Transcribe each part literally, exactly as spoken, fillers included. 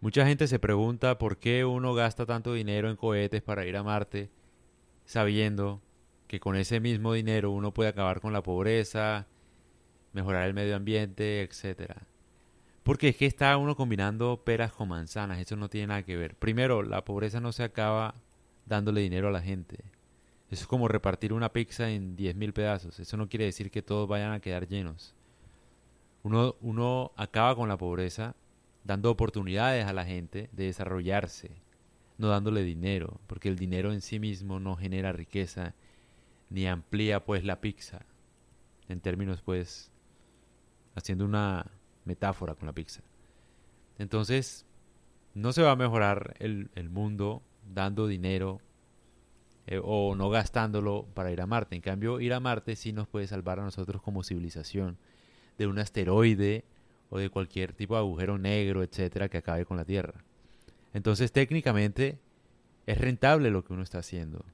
Mucha gente se pregunta por qué uno gasta tanto dinero en cohetes para ir a Marte, sabiendo que con ese mismo dinero uno puede acabar con la pobreza, mejorar el medio ambiente, etcétera. Porque es que está uno combinando peras con manzanas, eso no tiene nada que ver. Primero, la pobreza no se acaba dándole dinero a la gente. Eso es como repartir una pizza en diez mil pedazos. Eso no quiere decir que todos vayan a quedar llenos. Uno, uno acaba con la pobreza dando oportunidades a la gente de desarrollarse, no dándole dinero, porque el dinero en sí mismo no genera riqueza ni amplía pues la pizza. En términos pues, haciendo una metáfora con la pizza. Entonces, no se va a mejorar el, el mundo dando dinero eh, o no gastándolo para ir a Marte. En cambio, ir a Marte sí nos puede salvar a nosotros como civilización de un asteroide o de cualquier tipo de agujero negro, etcétera, que acabe con la Tierra. Entonces, técnicamente, es rentable lo que uno está haciendo.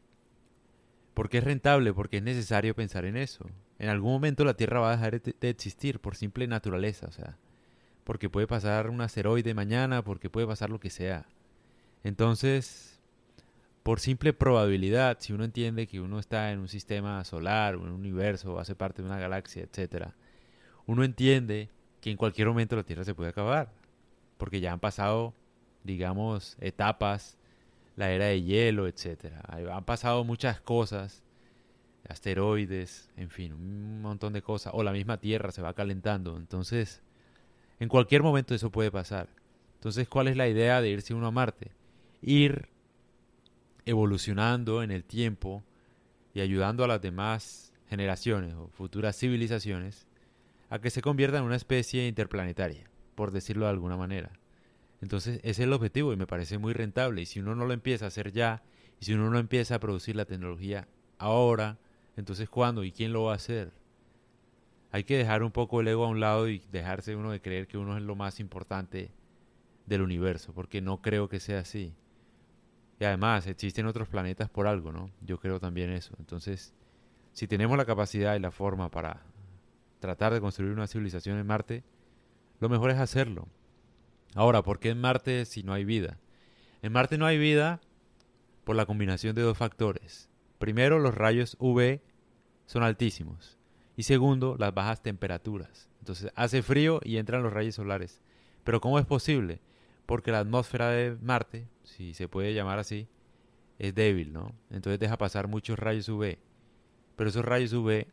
¿Por qué es rentable? Porque es necesario pensar en eso. En algún momento la Tierra va a dejar de, de existir por simple naturaleza, o sea, porque puede pasar un asteroide mañana, porque puede pasar lo que sea. Entonces, por simple probabilidad, si uno entiende que uno está en un sistema solar, o en un universo, o hace parte de una galaxia, etcétera, uno entiende que en cualquier momento la Tierra se puede acabar, porque ya han pasado, digamos, etapas, la era de hielo, etcétera. Han pasado muchas cosas, asteroides, en fin, un montón de cosas, o la misma Tierra se va calentando, entonces, en cualquier momento eso puede pasar. Entonces, ¿cuál es la idea de irse uno a Marte? Ir evolucionando en el tiempo y ayudando a las demás generaciones o futuras civilizaciones a que se convierta en una especie interplanetaria, por decirlo de alguna manera. Entonces ese es el objetivo y me parece muy rentable. Y si uno no lo empieza a hacer ya, y si uno no empieza a producir la tecnología ahora, entonces ¿cuándo y quién lo va a hacer? Hay que dejar un poco el ego a un lado y dejarse uno de creer que uno es lo más importante del universo, porque no creo que sea así. Y además existen otros planetas por algo, ¿no? Yo creo también eso. Entonces, si tenemos la capacidad y la forma para tratar de construir una civilización en Marte, lo mejor es hacerlo. Ahora, ¿por qué en Marte si no hay vida? En Marte no hay vida por la combinación de dos factores. Primero, los rayos U V son altísimos. Y segundo, las bajas temperaturas. Entonces hace frío y entran los rayos solares. Pero ¿cómo es posible? Porque la atmósfera de Marte, si se puede llamar así, es débil, ¿no? Entonces deja pasar muchos rayos U V. Pero esos rayos U V,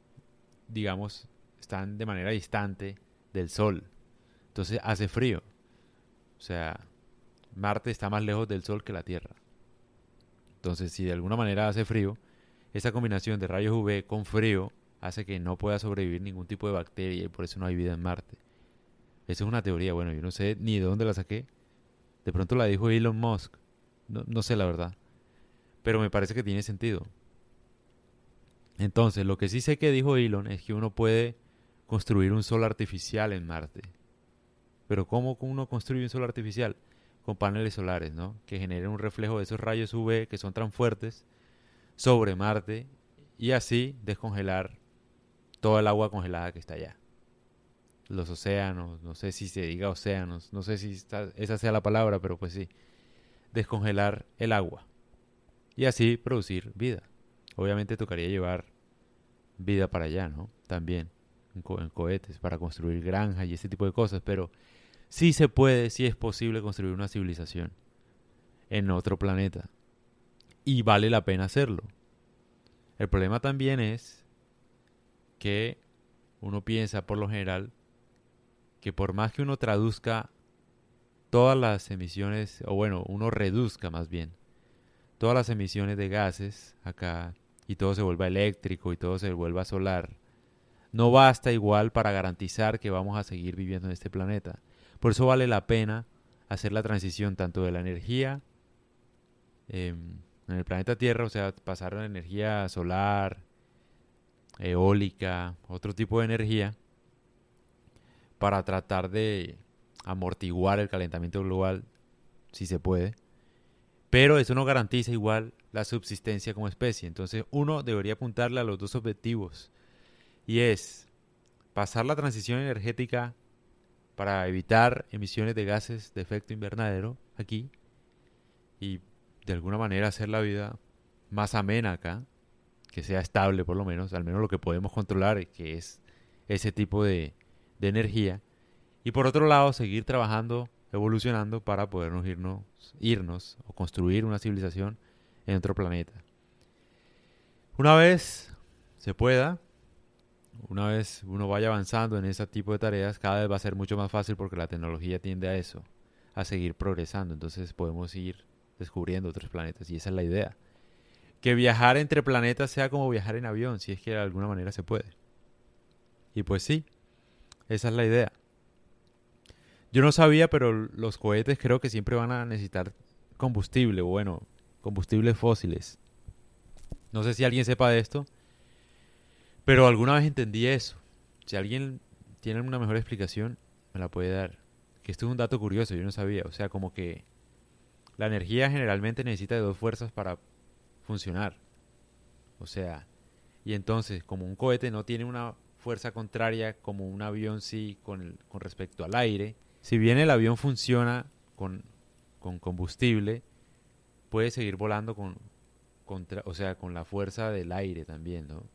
digamos, están de manera distante del Sol. Entonces hace frío. O sea, Marte está más lejos del Sol que la Tierra. Entonces, si de alguna manera hace frío, esa combinación de rayos U V con frío hace que no pueda sobrevivir ningún tipo de bacteria y por eso no hay vida en Marte. Esa es una teoría, bueno, yo no sé ni de dónde la saqué. De pronto la dijo Elon Musk. No, no sé la verdad. Pero me parece que tiene sentido. Entonces, lo que sí sé que dijo Elon es que uno puede construir un sol artificial en Marte. Pero ¿cómo uno construye un sol artificial? Con paneles solares, ¿no? Que generen un reflejo de esos rayos U V que son tan fuertes sobre Marte y así descongelar toda el agua congelada que está allá. Los océanos, no sé si se diga océanos, no sé si está, esa sea la palabra, pero pues sí, descongelar el agua y así producir vida. Obviamente tocaría llevar vida para allá, ¿no? También en, co en cohetes para construir granjas y ese tipo de cosas, pero sí se puede, sí es posible construir una civilización en otro planeta y vale la pena hacerlo. El problema también es que uno piensa por lo general que por más que uno traduzca todas las emisiones, o bueno, uno reduzca más bien, todas las emisiones de gases acá y todo se vuelva eléctrico y todo se vuelva solar, no basta igual para garantizar que vamos a seguir viviendo en este planeta. Por eso vale la pena hacer la transición tanto de la energía eh, en el planeta Tierra, o sea, pasar a la energía solar, eólica, otro tipo de energía, para tratar de amortiguar el calentamiento global, si se puede. Pero eso no garantiza igual la subsistencia como especie. Entonces uno debería apuntarle a los dos objetivos. Y es pasar la transición energética para evitar emisiones de gases de efecto invernadero aquí y de alguna manera hacer la vida más amena acá, que sea estable por lo menos, al menos lo que podemos controlar, que es ese tipo de, de energía. Y por otro lado, seguir trabajando, evolucionando para podernos irnos, irnos o construir una civilización en otro planeta. Una vez se pueda, una vez uno vaya avanzando en ese tipo de tareas, cada vez va a ser mucho más fácil porque la tecnología tiende a eso, a seguir progresando. Entonces podemos ir descubriendo otros planetas y esa es la idea. Que viajar entre planetas sea como viajar en avión, si es que de alguna manera se puede. Y pues sí, esa es la idea. Yo no sabía, pero los cohetes creo que siempre van a necesitar combustible, bueno, combustibles fósiles. No sé si alguien sepa de esto, pero alguna vez entendí eso. Si alguien tiene una mejor explicación, me la puede dar. Que esto es un dato curioso, yo no sabía. O sea, como que la energía generalmente necesita de dos fuerzas para funcionar. O sea, y entonces, como un cohete no tiene una fuerza contraria como un avión sí con, el, con respecto al aire, si bien el avión funciona con, con combustible, puede seguir volando con, contra, o sea, con la fuerza del aire también, ¿no?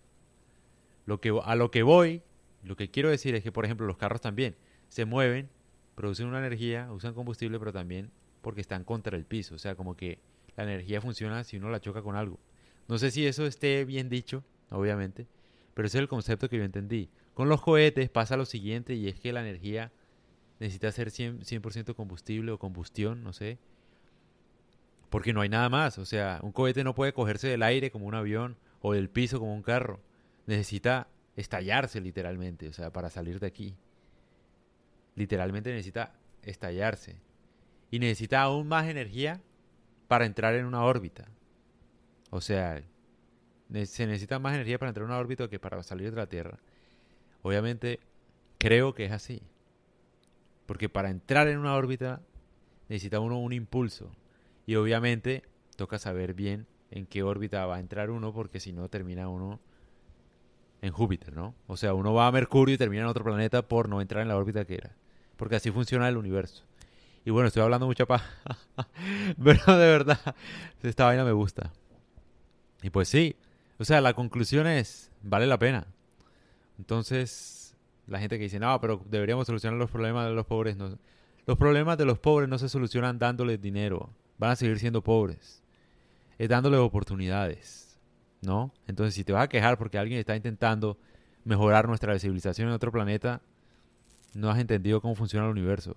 Lo que, a lo que voy, lo que quiero decir es que, por ejemplo, los carros también se mueven, producen una energía, usan combustible, pero también porque están contra el piso. O sea, como que la energía funciona si uno la choca con algo. No sé si eso esté bien dicho, obviamente, pero ese es el concepto que yo entendí. Con los cohetes pasa lo siguiente y es que la energía necesita ser cien, cien por ciento combustible o combustión, no sé, porque no hay nada más. O sea, un cohete no puede cogerse del aire como un avión o del piso como un carro. Necesita estallarse literalmente, o sea, para salir de aquí. Literalmente necesita estallarse. Y necesita aún más energía para entrar en una órbita. O sea, se necesita más energía para entrar en una órbita que para salir de la Tierra. Obviamente, creo que es así. Porque para entrar en una órbita necesita uno un impulso. Y obviamente toca saber bien en qué órbita va a entrar uno, porque si no termina uno en Júpiter, ¿no? O sea, uno va a Mercurio y termina en otro planeta por no entrar en la órbita que era. Porque así funciona el universo. Y bueno, estoy hablando mucha paja. Pero de verdad, esta vaina me gusta. Y pues sí, o sea, la conclusión es, vale la pena. Entonces, la gente que dice, no, pero deberíamos solucionar los problemas de los pobres. No. Los problemas de los pobres no se solucionan dándoles dinero. Van a seguir siendo pobres. Es dándoles oportunidades, ¿no? Entonces, si te vas a quejar porque alguien está intentando mejorar nuestra civilización en otro planeta, no has entendido cómo funciona el universo.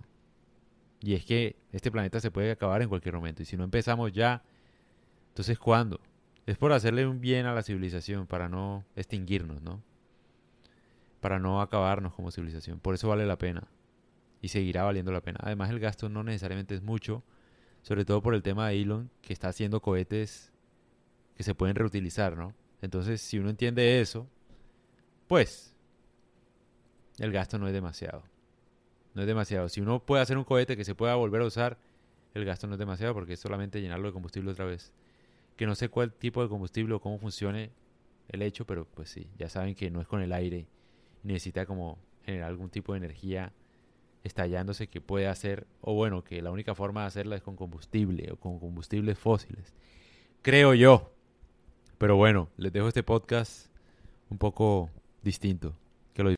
Y es que este planeta se puede acabar en cualquier momento. Y si no empezamos ya, entonces ¿cuándo? Es por hacerle un bien a la civilización, para no extinguirnos, ¿no? Para no acabarnos como civilización. Por eso vale la pena. Y seguirá valiendo la pena. Además, el gasto no necesariamente es mucho. Sobre todo por el tema de Elon, que está haciendo cohetes que se pueden reutilizar, ¿no? Entonces, si uno entiende eso, pues el gasto no es demasiado. No es demasiado. Si uno puede hacer un cohete que se pueda volver a usar, el gasto no es demasiado porque es solamente llenarlo de combustible otra vez. Que no sé cuál tipo de combustible o cómo funcione el hecho, pero pues sí, ya saben que no es con el aire. Necesita como generar algún tipo de energía estallándose que puede hacer, o bueno, que la única forma de hacerla es con combustible o con combustibles fósiles. Creo yo. Pero bueno, les dejo este podcast un poco distinto.